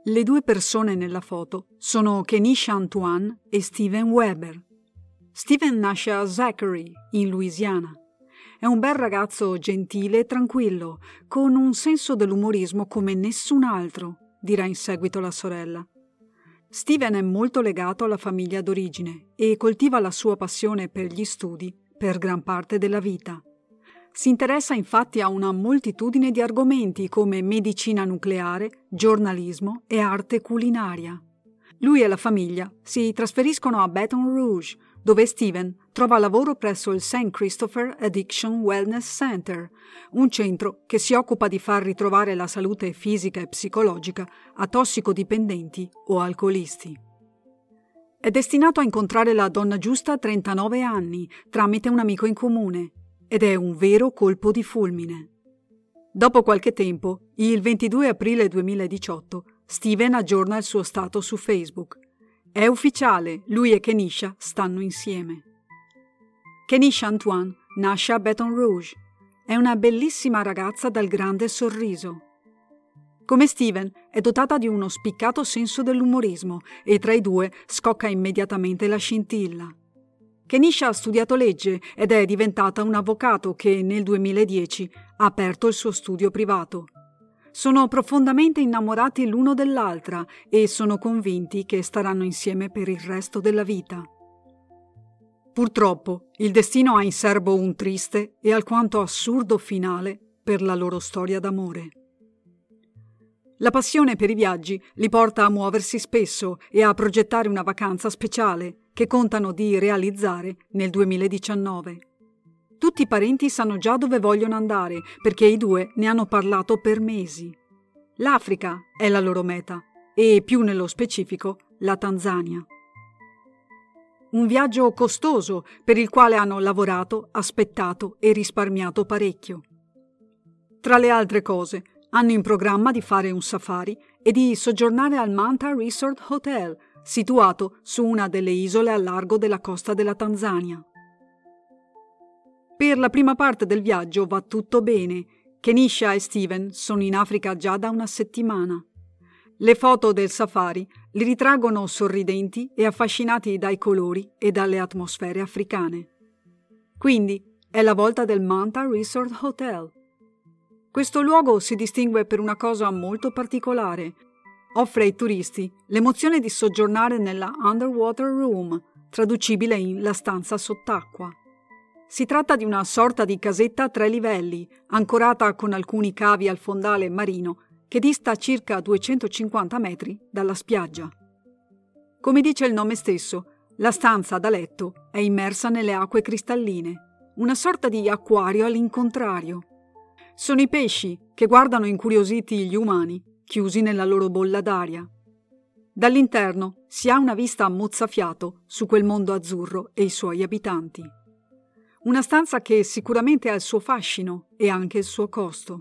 Le due persone nella foto sono Kenisha Antoine e Steven Weber. Steven nasce a Zachary, in Louisiana. È un bel ragazzo gentile e tranquillo, con un senso dell'umorismo come nessun altro, dirà in seguito la sorella. Steven è molto legato alla famiglia d'origine e coltiva la sua passione per gli studi per gran parte della vita. Si interessa infatti a una moltitudine di argomenti come medicina nucleare, giornalismo e arte culinaria. Lui e la famiglia si trasferiscono a Baton Rouge, dove Steven trova lavoro presso il St. Christopher Addiction Wellness Center, un centro che si occupa di far ritrovare la salute fisica e psicologica a tossicodipendenti o alcolisti. È destinato a incontrare la donna giusta a 39 anni tramite un amico in comune, ed è un vero colpo di fulmine. Dopo qualche tempo, il 22 aprile 2018, Steven aggiorna il suo stato su Facebook. È ufficiale, lui e Kenisha stanno insieme. Kenisha Antoine nasce a Baton Rouge. È una bellissima ragazza dal grande sorriso. Come Steven, è dotata di uno spiccato senso dell'umorismo e tra i due scocca immediatamente la scintilla. Kenisha ha studiato legge ed è diventata un avvocato che nel 2010 ha aperto il suo studio privato. Sono profondamente innamorati l'uno dell'altra e sono convinti che staranno insieme per il resto della vita. Purtroppo, il destino ha in serbo un triste e alquanto assurdo finale per la loro storia d'amore. La passione per i viaggi li porta a muoversi spesso e a progettare una vacanza speciale che contano di realizzare nel 2019. Tutti i parenti sanno già dove vogliono andare perché i due ne hanno parlato per mesi. L'Africa è la loro meta e, più nello specifico, la Tanzania. Un viaggio costoso per il quale hanno lavorato, aspettato e risparmiato parecchio. Tra le altre cose, hanno in programma di fare un safari e di soggiornare al Manta Resort Hotel, situato su una delle isole a largo della costa della Tanzania. Per la prima parte del viaggio va tutto bene. Kenisha e Steven sono in Africa già da una settimana. Le foto del safari li ritraggono sorridenti e affascinati dai colori e dalle atmosfere africane. Quindi è la volta del Manta Resort Hotel. Questo luogo si distingue per una cosa molto particolare. Offre ai turisti l'emozione di soggiornare nella Underwater Room, traducibile in la stanza sott'acqua. Si tratta di una sorta di casetta a 3 livelli, ancorata con alcuni cavi al fondale marino, che dista circa 250 metri dalla spiaggia. Come dice il nome stesso, la stanza da letto è immersa nelle acque cristalline, una sorta di acquario all'incontrario. Sono i pesci che guardano incuriositi gli umani, chiusi nella loro bolla d'aria. Dall'interno si ha una vista a mozzafiato su quel mondo azzurro e i suoi abitanti. Una stanza che sicuramente ha il suo fascino e anche il suo costo.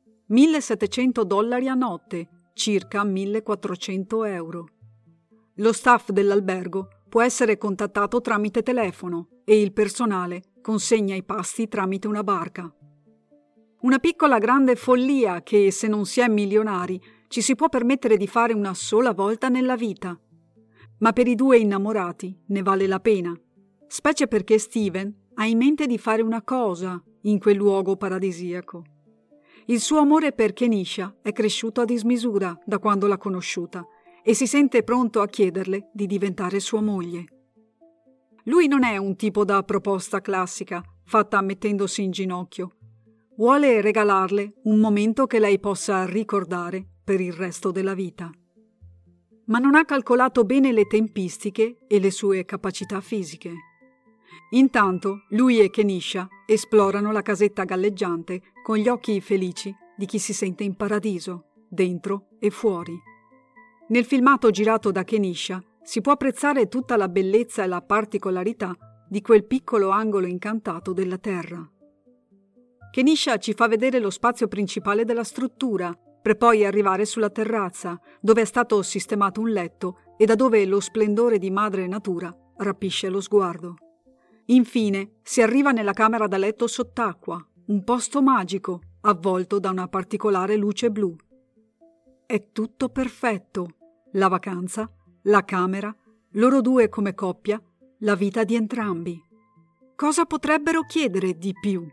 $1.700 a notte, circa 1.400 euro. Lo staff dell'albergo può essere contattato tramite telefono e il personale consegna i pasti tramite una barca. Una piccola grande follia che, se non si è milionari, ci si può permettere di fare una sola volta nella vita. Ma per i due innamorati ne vale la pena, specie perché Steven ha in mente di fare una cosa in quel luogo paradisiaco. Il suo amore per Kenisha è cresciuto a dismisura da quando l'ha conosciuta e si sente pronto a chiederle di diventare sua moglie. Lui non è un tipo da proposta classica, fatta mettendosi in ginocchio. Vuole regalarle un momento che lei possa ricordare per il resto della vita. Ma non ha calcolato bene le tempistiche e le sue capacità fisiche. Intanto lui e Kenisha esplorano la casetta galleggiante con gli occhi felici di chi si sente in paradiso, dentro e fuori. Nel filmato girato da Kenisha si può apprezzare tutta la bellezza e la particolarità di quel piccolo angolo incantato della terra. Kenisha ci fa vedere lo spazio principale della struttura, per poi arrivare sulla terrazza, dove è stato sistemato un letto e da dove lo splendore di madre natura rapisce lo sguardo. Infine si arriva nella camera da letto sott'acqua, un posto magico, avvolto da una particolare luce blu. è tutto perfetto. La vacanza, la camera, loro due come coppia, la vita di entrambi. Cosa potrebbero chiedere di più?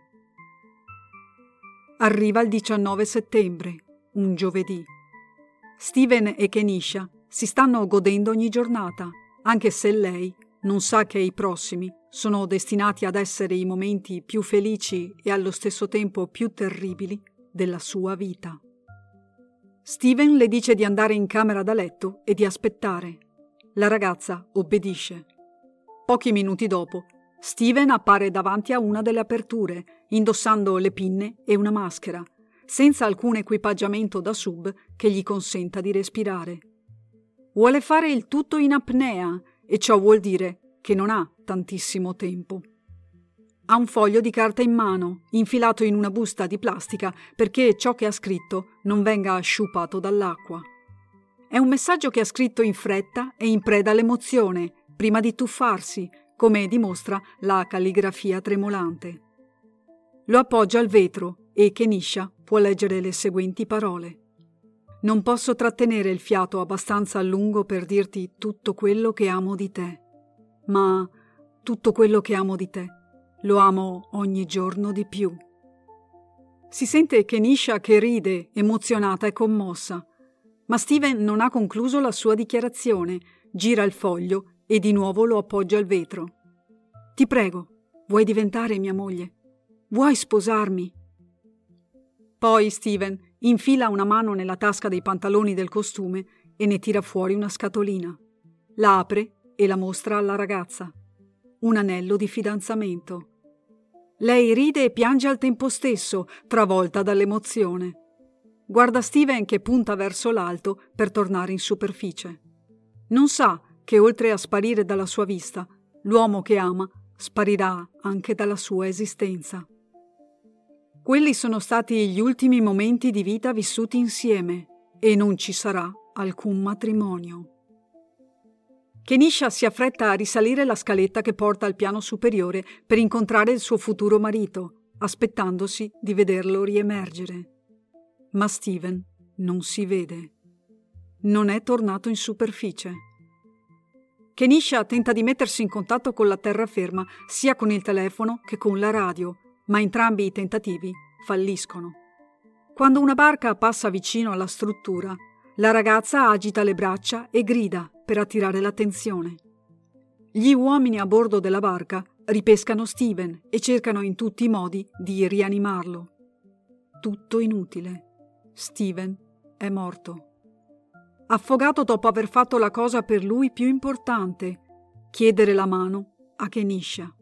Arriva il 19 settembre, un giovedì. Steven e Kenisha si stanno godendo ogni giornata, anche se lei non sa che i prossimi sono destinati ad essere i momenti più felici e allo stesso tempo più terribili della sua vita. Steven le dice di andare in camera da letto e di aspettare. La ragazza obbedisce. Pochi minuti dopo, Steven appare davanti a una delle aperture, indossando le pinne e una maschera, senza alcun equipaggiamento da sub che gli consenta di respirare. Vuole fare il tutto in apnea e ciò vuol dire che non ha tantissimo tempo. Ha un foglio di carta in mano, infilato in una busta di plastica perché ciò che ha scritto non venga sciupato dall'acqua. È un messaggio che ha scritto in fretta e in preda all'emozione, prima di tuffarsi, come dimostra la calligrafia tremolante. Lo appoggia al vetro e Kenisha può leggere le seguenti parole. Non posso trattenere il fiato abbastanza a lungo per dirti tutto quello che amo di te, ma tutto quello che amo di te lo amo ogni giorno di più. Si sente Kenisha che ride, emozionata e commossa, ma Steven non ha concluso la sua dichiarazione, gira il foglio e di nuovo lo appoggia al vetro. Ti prego, vuoi diventare mia moglie? Vuoi sposarmi? Poi Steven infila una mano nella tasca dei pantaloni del costume e ne tira fuori una scatolina. La apre e la mostra alla ragazza. Un anello di fidanzamento. Lei ride e piange al tempo stesso, travolta dall'emozione. Guarda Steven che punta verso l'alto per tornare in superficie. Non sa che oltre a sparire dalla sua vista, l'uomo che ama sparirà anche dalla sua esistenza. Quelli sono stati gli ultimi momenti di vita vissuti insieme e non ci sarà alcun matrimonio. Kenisha si affretta a risalire la scaletta che porta al piano superiore per incontrare il suo futuro marito, aspettandosi di vederlo riemergere. Ma Steven non si vede. Non è tornato in superficie. Kenisha tenta di mettersi in contatto con la terraferma sia con il telefono che con la radio, ma entrambi i tentativi falliscono. Quando una barca passa vicino alla struttura, la ragazza agita le braccia e grida per attirare l'attenzione. Gli uomini a bordo della barca ripescano Steven e cercano in tutti i modi di rianimarlo. Tutto inutile. Steven è morto. Affogato dopo aver fatto la cosa per lui più importante, chiedere la mano a Kenisha.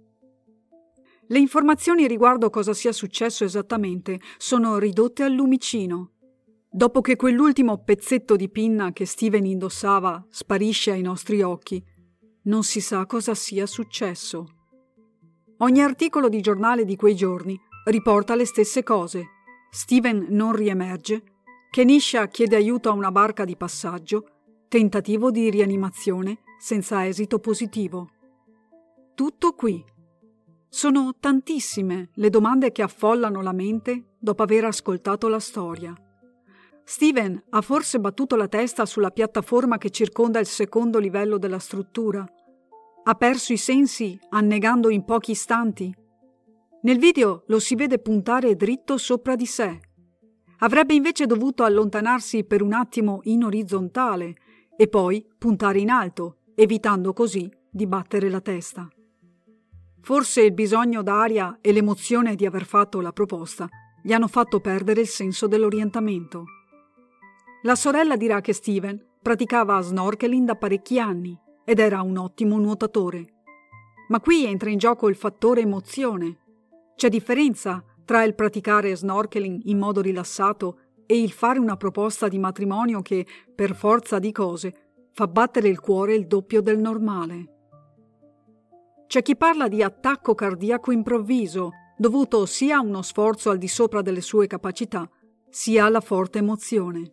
Le informazioni riguardo cosa sia successo esattamente sono ridotte al lumicino. Dopo che quell'ultimo pezzetto di pinna che Steven indossava sparisce ai nostri occhi, non si sa cosa sia successo. Ogni articolo di giornale di quei giorni riporta le stesse cose. Steven non riemerge, Kenisha chiede aiuto a una barca di passaggio, tentativo di rianimazione senza esito positivo. Tutto qui. Sono tantissime le domande che affollano la mente dopo aver ascoltato la storia. Steven ha forse battuto la testa sulla piattaforma che circonda il secondo livello della struttura? Ha perso i sensi annegando in pochi istanti? Nel video lo si vede puntare dritto sopra di sé. Avrebbe invece dovuto allontanarsi per un attimo in orizzontale e poi puntare in alto, evitando così di battere la testa. Forse il bisogno d'aria e l'emozione di aver fatto la proposta gli hanno fatto perdere il senso dell'orientamento. La sorella dirà che Steven praticava snorkeling da parecchi anni ed era un ottimo nuotatore. Ma qui entra in gioco il fattore emozione. C'è differenza tra il praticare snorkeling in modo rilassato e il fare una proposta di matrimonio che, per forza di cose, fa battere il cuore il doppio del normale. C'è chi parla di attacco cardiaco improvviso, dovuto sia a uno sforzo al di sopra delle sue capacità, sia alla forte emozione.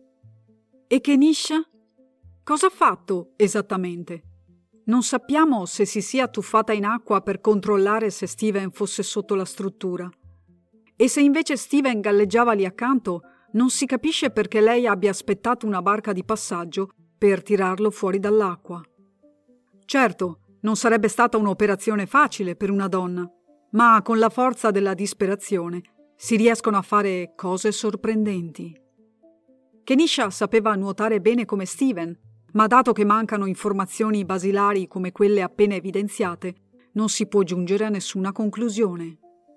E Kenisha? Cosa ha fatto esattamente? Non sappiamo se si sia tuffata in acqua per controllare se Steven fosse sotto la struttura. E se invece Steven galleggiava lì accanto, non si capisce perché lei abbia aspettato una barca di passaggio per tirarlo fuori dall'acqua. Certo, non sarebbe stata un'operazione facile per una donna, ma con la forza della disperazione si riescono a fare cose sorprendenti. Kenisha sapeva nuotare bene come Steven, ma dato che mancano informazioni basilari come quelle appena evidenziate, non si può giungere a nessuna conclusione.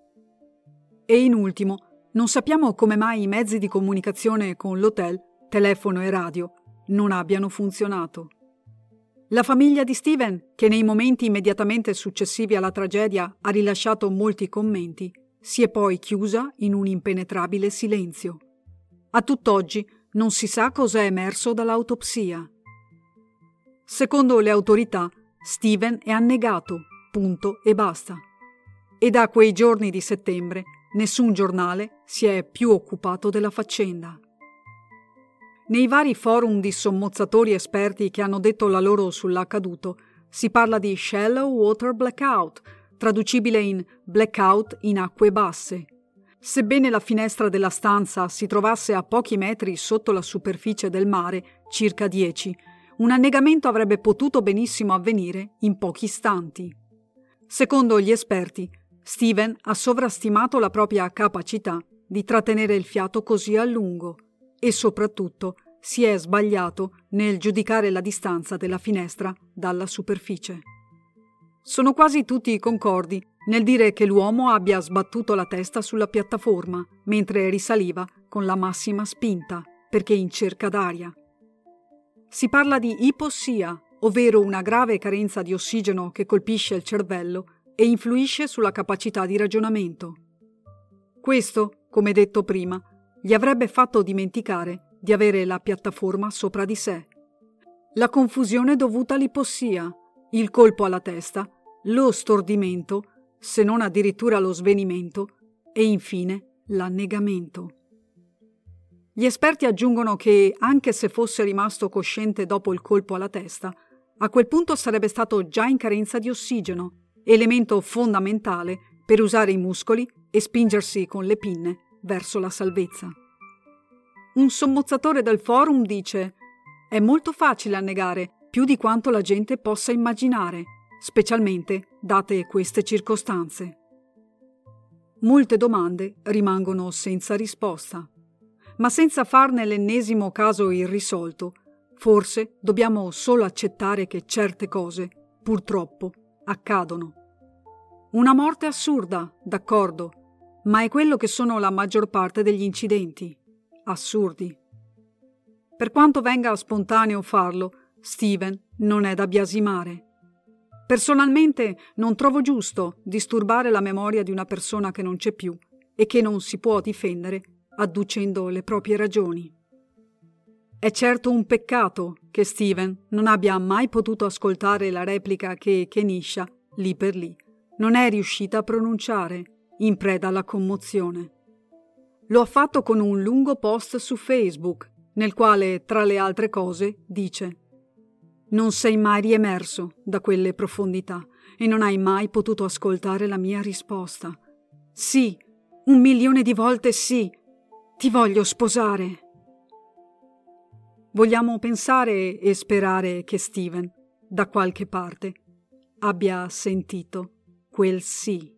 E in ultimo, non sappiamo come mai i mezzi di comunicazione con l'hotel, telefono e radio, non abbiano funzionato. La famiglia di Steven, che nei momenti immediatamente successivi alla tragedia ha rilasciato molti commenti, si è poi chiusa in un impenetrabile silenzio. A tutt'oggi non si sa cosa è emerso dall'autopsia. Secondo le autorità, Steven è annegato, punto e basta. E da quei giorni di settembre nessun giornale si è più occupato della faccenda. Nei vari forum di sommozzatori esperti che hanno detto la loro sull'accaduto, si parla di shallow water blackout, traducibile in blackout in acque basse. Sebbene la finestra della stanza si trovasse a pochi metri sotto la superficie del mare, circa 10, un annegamento avrebbe potuto benissimo avvenire in pochi istanti. Secondo gli esperti, Steven ha sovrastimato la propria capacità di trattenere il fiato così a lungo e soprattutto si è sbagliato nel giudicare la distanza della finestra dalla superficie. Sono quasi tutti concordi nel dire che l'uomo abbia sbattuto la testa sulla piattaforma mentre risaliva con la massima spinta, perché in cerca d'aria. Si parla di ipossia, ovvero una grave carenza di ossigeno che colpisce il cervello e influisce sulla capacità di ragionamento. Questo, come detto prima, gli avrebbe fatto dimenticare di avere la piattaforma sopra di sé. La confusione dovuta all'ipossia, il colpo alla testa, lo stordimento, se non addirittura lo svenimento, e infine l'annegamento. Gli esperti aggiungono che, anche se fosse rimasto cosciente dopo il colpo alla testa, a quel punto sarebbe stato già in carenza di ossigeno, elemento fondamentale per usare i muscoli e spingersi con le pinne verso la salvezza. Un sommozzatore del forum dice: «È molto facile annegare, più di quanto la gente possa immaginare, specialmente date queste circostanze». Molte domande rimangono senza risposta, ma senza farne l'ennesimo caso irrisolto, forse dobbiamo solo accettare che certe cose, purtroppo, accadono. Una morte assurda, d'accordo, ma è quello che sono la maggior parte degli incidenti. Assurdi. Per quanto venga spontaneo farlo, Steven non è da biasimare. Personalmente non trovo giusto disturbare la memoria di una persona che non c'è più e che non si può difendere adducendo le proprie ragioni. È certo un peccato che Steven non abbia mai potuto ascoltare la replica che Kenisha, lì per lì, non è riuscita a pronunciare, in preda alla commozione. Lo ha fatto con un lungo post su Facebook, nel quale, tra le altre cose, dice: «Non sei mai riemerso da quelle profondità e non hai mai potuto ascoltare la mia risposta. Sì, 1.000.000 di volte sì, ti voglio sposare». Vogliamo pensare e sperare che Steven, da qualche parte, abbia sentito quel sì.